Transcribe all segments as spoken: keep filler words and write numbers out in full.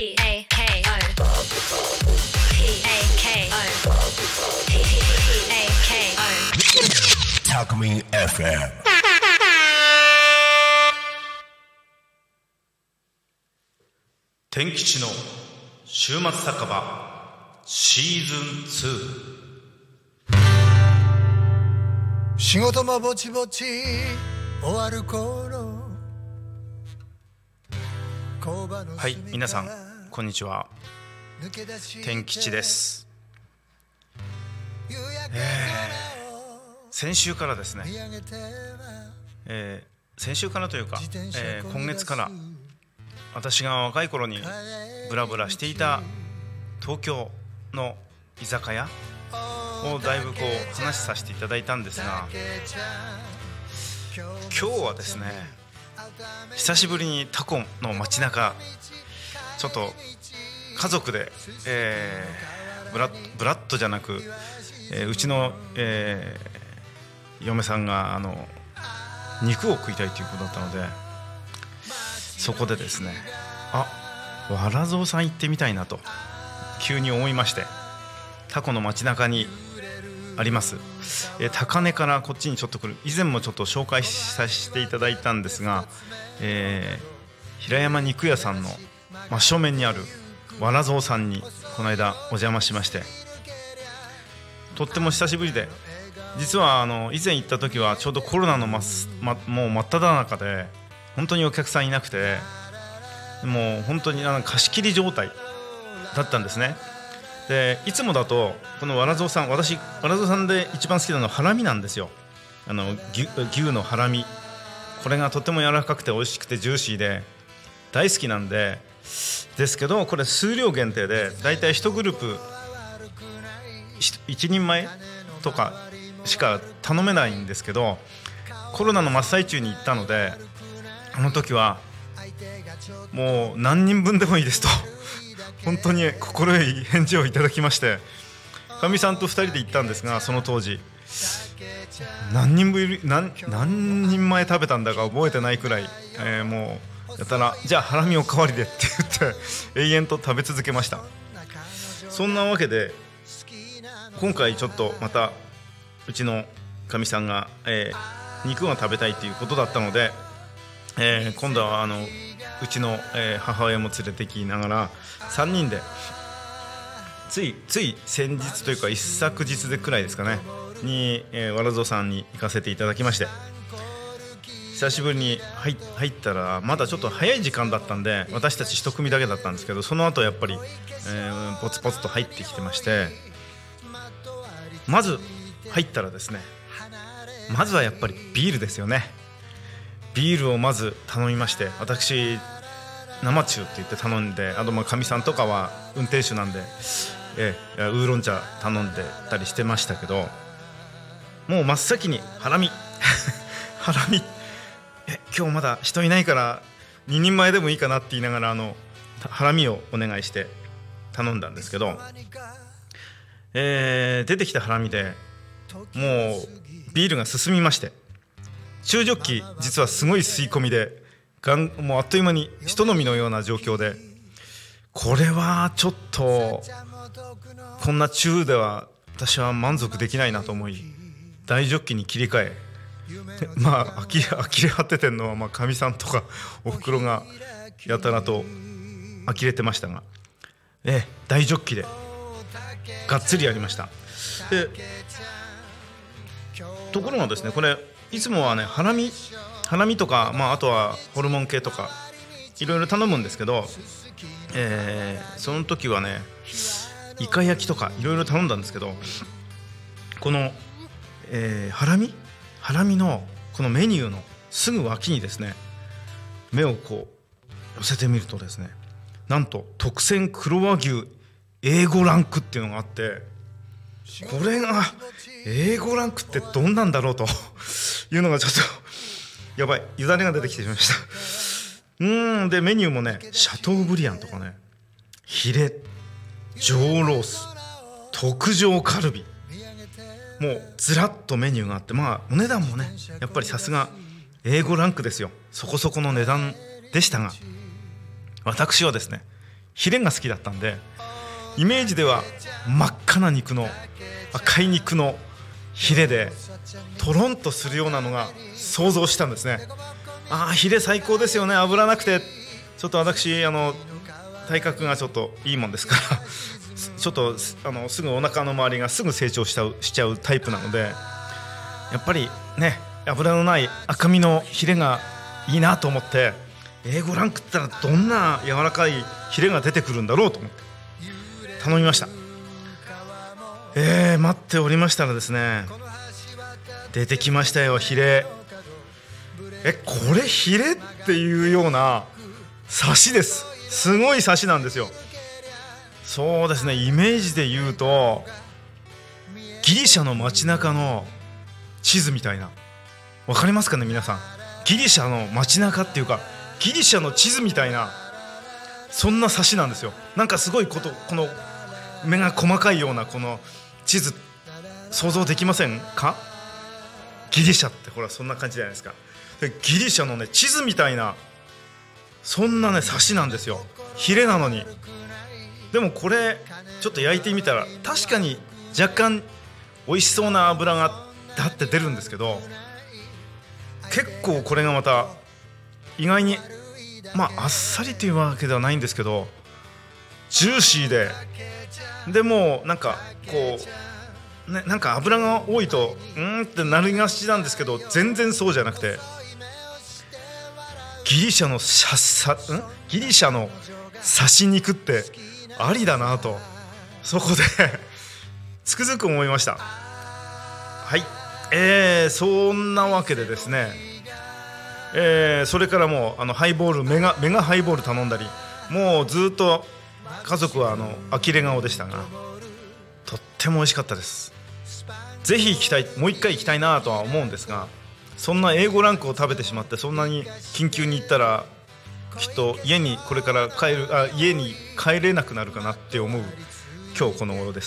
P A K O P A K O P A K O タコミン エフエム天吉の週末酒場シーズンツー。 仕事もぼちぼち終わる頃。 はい、皆さんこんにちは。天吉です。えー、先週からですね、えー、先週からというか、えー、今月から私が若い頃にブラブラしていた東京の居酒屋をだいぶこう話させていただいたんですが、今日はですね、久しぶりにタコの街中、ちょっと家族で、えー、ブラッブラッドじゃなく、えー、うちの、えー、嫁さんがあの肉を食いたいということだったので、そこでですね、あ、わらぞうさん行ってみたいなと急に思いまして、タコの街中にあります、えー、高根からこっちにちょっと来る、以前もちょっと紹介させていただいたんですが、えー、平山肉屋さんの真正面にあるわらぞうさんにこの間お邪魔しまして、とっても久しぶりで、実はあの以前行った時はちょうどコロナの、まま、もう真っ只中で本当にお客さんいなくて、もう本当にあの貸し切り状態だったんですね。でいつもだとこのわらぞうさん、私わらぞうさんで一番好きなのはハラミなんですよ。あの 牛, 牛のハラミ、これがとても柔らかくて美味しくてジューシーで大好きなんでですけど、これ数量限定でだいたいいちグループいちにんまえとかしか頼めないんですけど、コロナの真っ最中に行ったので、あの時はもう何人分でもいいですと本当に心よい返事をいただきまして、かみさんとふたりで行ったんですが、その当時何人分 何, 何人前食べたんだか覚えてないくらい、えー、もうやたらじゃあハラミおかわりでって言って永遠と食べ続けました。そんなわけで今回ちょっとまたうちのかみさんが、えー、肉が食べたいということだったので、えー、今度はあのうちの、えー、母親も連れてきながらさんにんでついつい先日というか一昨日でくらいですかねに、えー、わらぞうさんに行かせていただきまして、久しぶりに 入, 入ったらまだちょっと早い時間だったんで、私たち一組だけだったんですけど、その後やっぱり、えー、ポツポツと入ってきてまして、まず入ったらですね、まずはやっぱりビールですよね。ビールをまず頼みまして、私生中って言って頼んで、あとまあかみさんとかは運転手なんで、ええ、ウーロン茶頼んでたりしてましたけど、もう真っ先にハラミハラミ、え今日まだ人いないからににんまえでもいいかなって言いながら、あのハラミをお願いして頼んだんですけど、えー、出てきたハラミでもうビールが進みまして、中ジョッキ実はすごい吸い込みで、がんもうあっという間に一飲みのような状況で、これはちょっとこんな中では私は満足できないなと思い、大ジョッキに切り替え、まあ呆れ、呆れ果ててるのはまあかみさんとかおふくろがやたらと呆れてましたが、え大ジョッキでがっつりやりました。でところがですね、これいつもはね、ハラミハラミとか、まあ、あとはホルモン系とかいろいろ頼むんですけど、えー、その時はねイカ焼きとかいろいろ頼んだんですけど、この、えー、ハラミハラミのこのメニューのすぐ脇にですね、目をこう寄せてみるとですね、なんと特選黒和牛 エーご ランクっていうのがあって、これが エーご ランクってどんなんだろうというのがちょっとやばい、よだれが出てきてしまいました。うーんでメニューもね、シャトーブリアンとかね、ヒレ、上ロース、特上カルビ、もうずらっとメニューがあって、まあお値段もねやっぱりさすが エーご ランクですよ。そこそこの値段でしたが、私はですねヒレが好きだったんで、イメージでは真っ赤な肉の赤い肉のヒレでトロンとするようなのが想像したんですね。ああヒレ最高ですよね、脂なくて。ちょっと私あの体格がちょっといいもんですからちょっとあのすぐお腹の周りがすぐ成長しちゃう、しちゃうタイプなので、やっぱりね脂のない赤身のヒレがいいなと思って、エーごランクって言ったらどんな柔らかいヒレが出てくるんだろうと思って頼みました。えー、待っておりましたらですね、出てきましたよ、ヒレ。えこれヒレっていうようなサシです。すごいサシなんですよ。そうですね、イメージで言うとギリシャの街中の地図みたいな、わかりますかね皆さん。ギリシャの街中っていうかギリシャの地図みたいな、そんなサシなんですよ。なんかすごいこと、この目が細かいようなこの地図想像できませんか。ギリシャってほらそんな感じじゃないですか。でギリシャのね地図みたいなそんなねサシなんですよ、ヒレなのに。でもこれちょっと焼いてみたら確かに若干美味しそうな脂がだって出るんですけど、結構これがまた意外にまああっさりというわけではないんですけどジューシーで、でもなんかこう、ね、なんか脂が多いとうーんってなりがちなんですけど、全然そうじゃなくてギリシャのシャサんギリシャの刺し肉ってありだなとそこでつくづく思いました。はい、えー、そんなわけでですね、えー、それからもうあのハイボールメガメガハイボール頼んだり、もうずっと家族はあの呆れ顔でしたが、とっても美味しかったです。ぜひ行きたい、もう一回行きたいなとは思うんですが、そんな エーご ランクを食べてしまってそんなに緊急に行ったらきっと家にこれから帰るあ家に帰れなくなるかなって思う今日この頃です。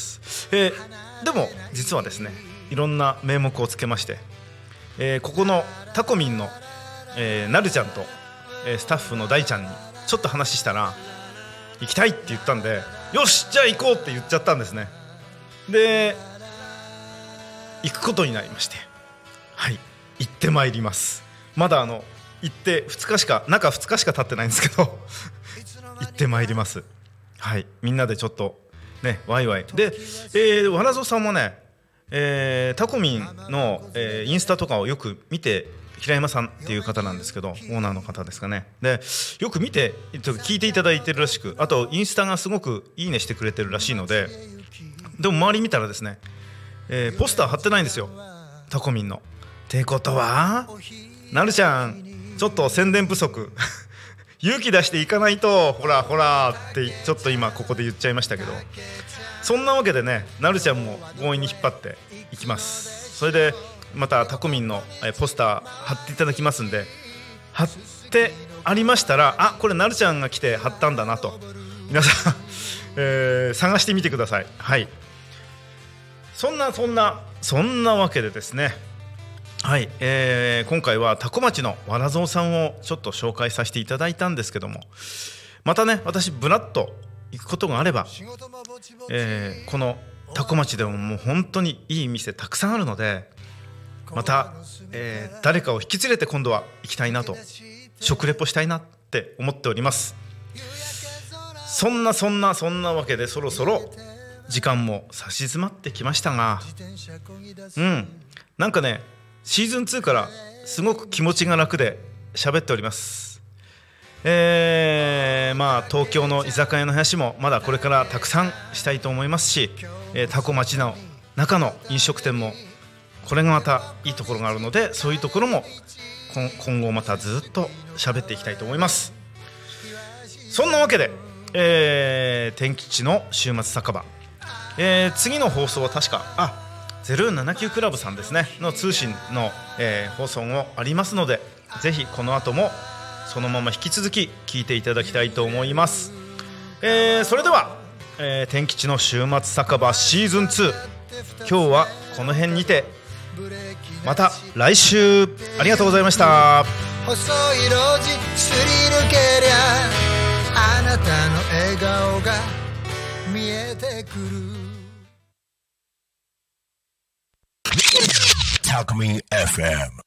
えー、でも実はですね、いろんな名目をつけまして、えー、ここのタコミンの、えー、なるちゃんと、えー、スタッフの大ちゃんにちょっと話したら行きたいって言ったんで、よしじゃあ行こうって言っちゃったんですね。で行くことになりまして、はい行ってまいります。まだあの行ってふつかしか中ふつかしか経ってないんですけど行ってまいります。はい、みんなでちょっとねワイワイで、えー、わらぞさんもね、えー、タコミンの、えー、インスタとかをよく見て、平山さんっていう方なんですけどオーナーの方ですかね。でよく見て聞いていただいてるらしく、あとインスタがすごくいいねしてくれてるらしいので、でも周り見たらですね、えー、ポスター貼ってないんですよタコミンの。ってことはなるちゃんちょっと宣伝不足勇気出していかないと、ほらほらってちょっと今ここで言っちゃいましたけど、そんなわけでねなるちゃんも強引に引っ張っていきます。それでまたタコミンのポスター貼っていただきますんで、貼ってありましたら、あこれなるちゃんが来て貼ったんだなと皆さん、えー、探してみてください。はい、そんなそんなそんなわけでですね、はい、えー、今回はタコ町のわらぞうさんをちょっと紹介させていただいたんですけども、またね私ブラッと行くことがあれば、えー、このタコ町でももう本当にいい店たくさんあるので、また、えー、誰かを引き連れて今度は行きたいなと、食レポしたいなって思っております。そんなそんなそんなわけでそろそろ時間も差し詰まってきましたが、うんなんかねシーズンツーからすごく気持ちが楽で喋っております。えー、まあ東京の居酒屋の話もまだこれからたくさんしたいと思いますし、えー、タコ町の中の飲食店もこれがまたいいところがあるので、そういうところも今後またずっと喋っていきたいと思います。そんなわけで、えー、天吉の週末酒場、えー、次の放送は確かあゼロよんななきゅうクラブさんですねの通信の、えー、放送もありますので、ぜひこの後もそのまま引き続き聞いていただきたいと思います。えー、それでは、えー、天吉の週末酒場シーズンツー、今日はこの辺にて、また来週ありがとうございました。 細い路地すり抜けりゃあなたの笑顔が見えてくる。 タクミ エフエム